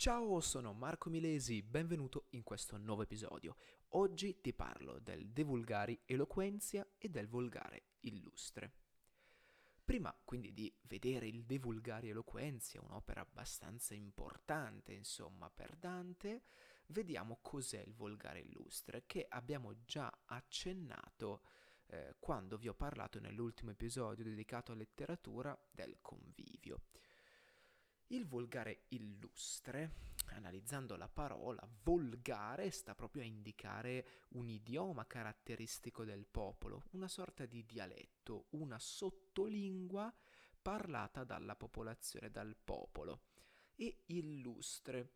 Ciao, sono Marco Milesi, benvenuto in questo nuovo episodio. Oggi ti parlo del De Vulgari Eloquenzia e del volgare illustre. Prima quindi di vedere il De Vulgari Eloquenzia, un'opera abbastanza importante insomma per Dante, vediamo cos'è il volgare illustre, che abbiamo già accennato quando vi ho parlato nell'ultimo episodio dedicato a letteratura del convivio. Il volgare illustre, analizzando la parola, volgare sta proprio a indicare un idioma caratteristico del popolo, una sorta di dialetto, una sottolingua parlata dalla popolazione, dal popolo. E illustre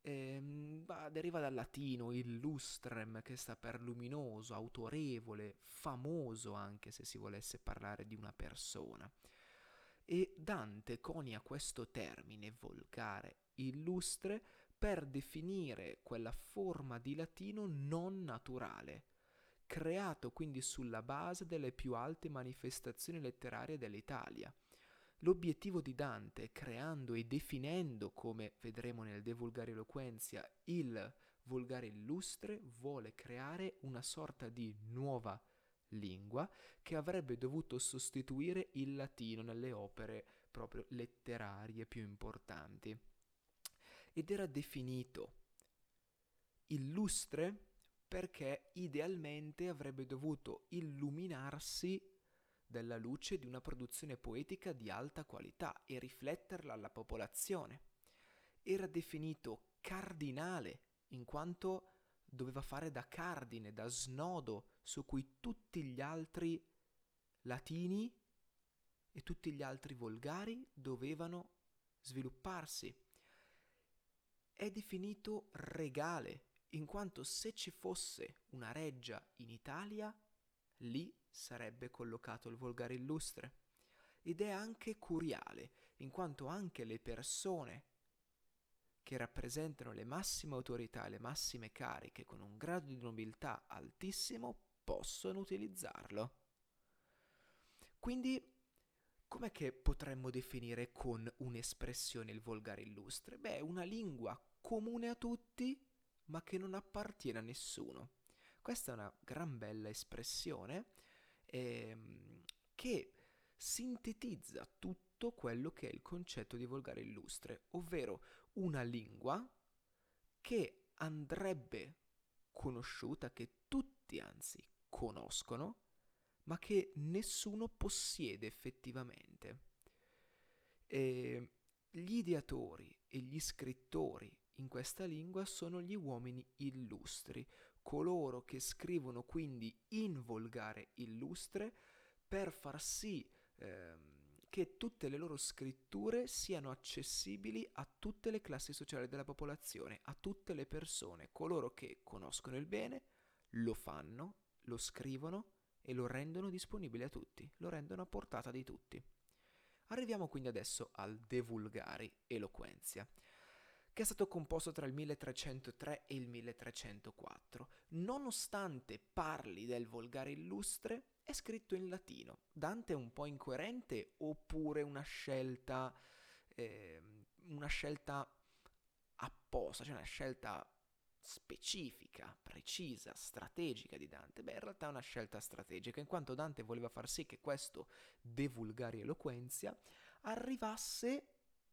deriva dal latino illustrem, che sta per luminoso, autorevole, famoso anche se si volesse parlare di una persona. E Dante conia questo termine volgare, illustre, per definire quella forma di latino non naturale, creato quindi sulla base delle più alte manifestazioni letterarie dell'Italia. L'obiettivo di Dante, creando e definendo, come vedremo nel De Vulgare Eloquenzia, il volgare illustre, vuole creare una sorta di nuova lingua che avrebbe dovuto sostituire il latino nelle opere proprio letterarie più importanti. Ed era definito illustre perché idealmente avrebbe dovuto illuminarsi dalla luce di una produzione poetica di alta qualità e rifletterla alla popolazione. Era definito cardinale in quanto doveva fare da cardine, da snodo su cui tutti gli altri latini e tutti gli altri volgari dovevano svilupparsi. È definito regale, in quanto se ci fosse una reggia in Italia, lì sarebbe collocato il volgare illustre. Ed è anche curiale, in quanto anche le persone che rappresentano le massime autorità e le massime cariche con un grado di nobiltà altissimo possono utilizzarlo. Quindi, com'è che potremmo definire con un'espressione il volgare illustre? Beh, una lingua comune a tutti, ma che non appartiene a nessuno. Questa è una gran bella espressione che sintetizza tutto quello che è il concetto di volgare illustre, ovvero una lingua che andrebbe conosciuta, che tutti anzi conoscono, ma che nessuno possiede effettivamente. E gli ideatori e gli scrittori in questa lingua sono gli uomini illustri, coloro che scrivono quindi in volgare illustre per far sì che tutte le loro scritture siano accessibili a tutte le classi sociali della popolazione, a tutte le persone, coloro che conoscono il bene, lo fanno, lo scrivono e lo rendono disponibile a tutti, lo rendono a portata di tutti. Arriviamo quindi adesso al De Vulgari Eloquenzia, che è stato composto tra il 1303 e il 1304. Nonostante parli del volgare illustre, è scritto in latino. Dante è un po' incoerente oppure una scelta apposta, cioè una scelta specifica, precisa, strategica di Dante? Beh, in realtà è una scelta strategica, in quanto Dante voleva far sì che questo De Vulgari Eloquenzia arrivasse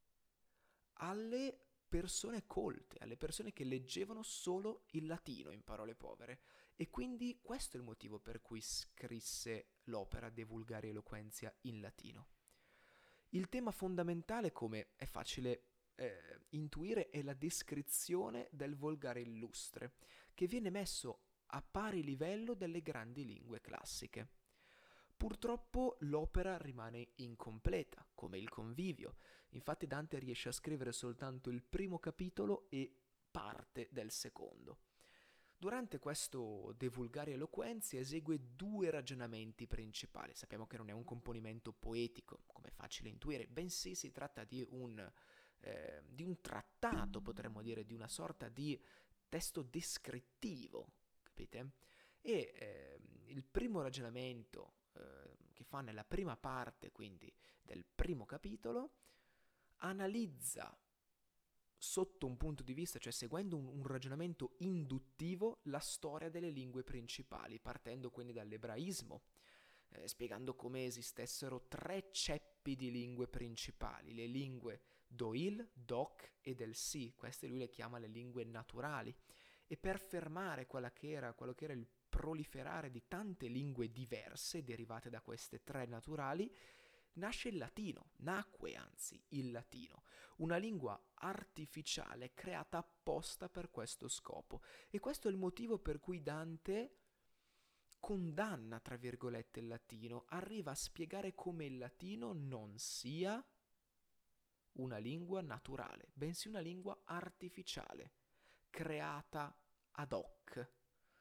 alle persone colte, alle persone che leggevano solo il latino, in parole povere. E quindi questo è il motivo per cui scrisse l'opera De Vulgari Eloquenzia in latino. Il tema fondamentale, come è facile intuire, è la descrizione del volgare illustre, che viene messo a pari livello delle grandi lingue classiche. Purtroppo l'opera rimane incompleta, come il Convivio. Infatti Dante riesce a scrivere soltanto il primo capitolo e parte del secondo. Durante questo De Vulgari Eloquenzia esegue due ragionamenti principali. Sappiamo che non è un componimento poetico, come è facile intuire, bensì si tratta di un trattato, potremmo dire, di una sorta di testo descrittivo, capite? E il primo ragionamento che fa nella prima parte, quindi del primo capitolo, analizza sotto un punto di vista, cioè seguendo un ragionamento induttivo, la storia delle lingue principali, partendo quindi dall'ebraismo, spiegando come esistessero tre ceppi di lingue principali, le lingue d'Oil, d'Oc e del Si, queste lui le chiama le lingue naturali, e per fermare quello che era il proliferare di tante lingue diverse derivate da queste tre naturali, nasce il latino, nacque anzi il latino, una lingua artificiale creata apposta per questo scopo. E questo è il motivo per cui Dante condanna, tra virgolette, il latino, arriva a spiegare come il latino non sia una lingua naturale, bensì una lingua artificiale, creata ad hoc.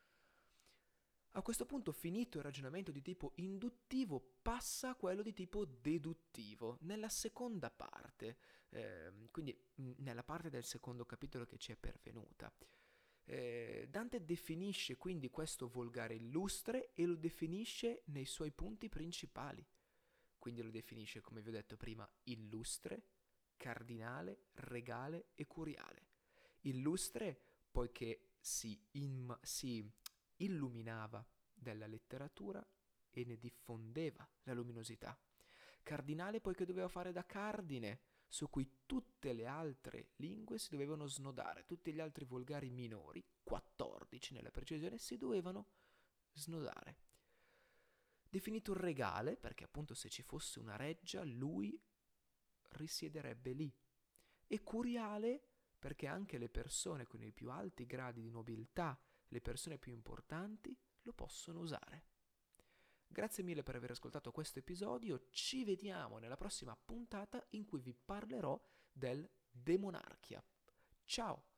A questo punto, finito il ragionamento di tipo induttivo, passa a quello di tipo deduttivo, nella seconda parte, quindi nella parte del secondo capitolo che ci è pervenuta. Dante definisce quindi questo volgare illustre e lo definisce nei suoi punti principali. Quindi lo definisce, come vi ho detto prima, illustre, cardinale, regale e curiale. Illustre poiché si illuminava della letteratura e ne diffondeva la luminosità. Cardinale poiché doveva fare da cardine su cui tutte le altre lingue si dovevano snodare, tutti gli altri volgari minori, 14 nella precisione, si dovevano snodare. Definito regale, perché appunto se ci fosse una reggia lui risiederebbe lì, e curiale perché anche le persone con i più alti gradi di nobiltà, le persone più importanti, lo possono usare. Grazie mille per aver ascoltato questo episodio, ci vediamo nella prossima puntata in cui vi parlerò del demonarchia. Ciao!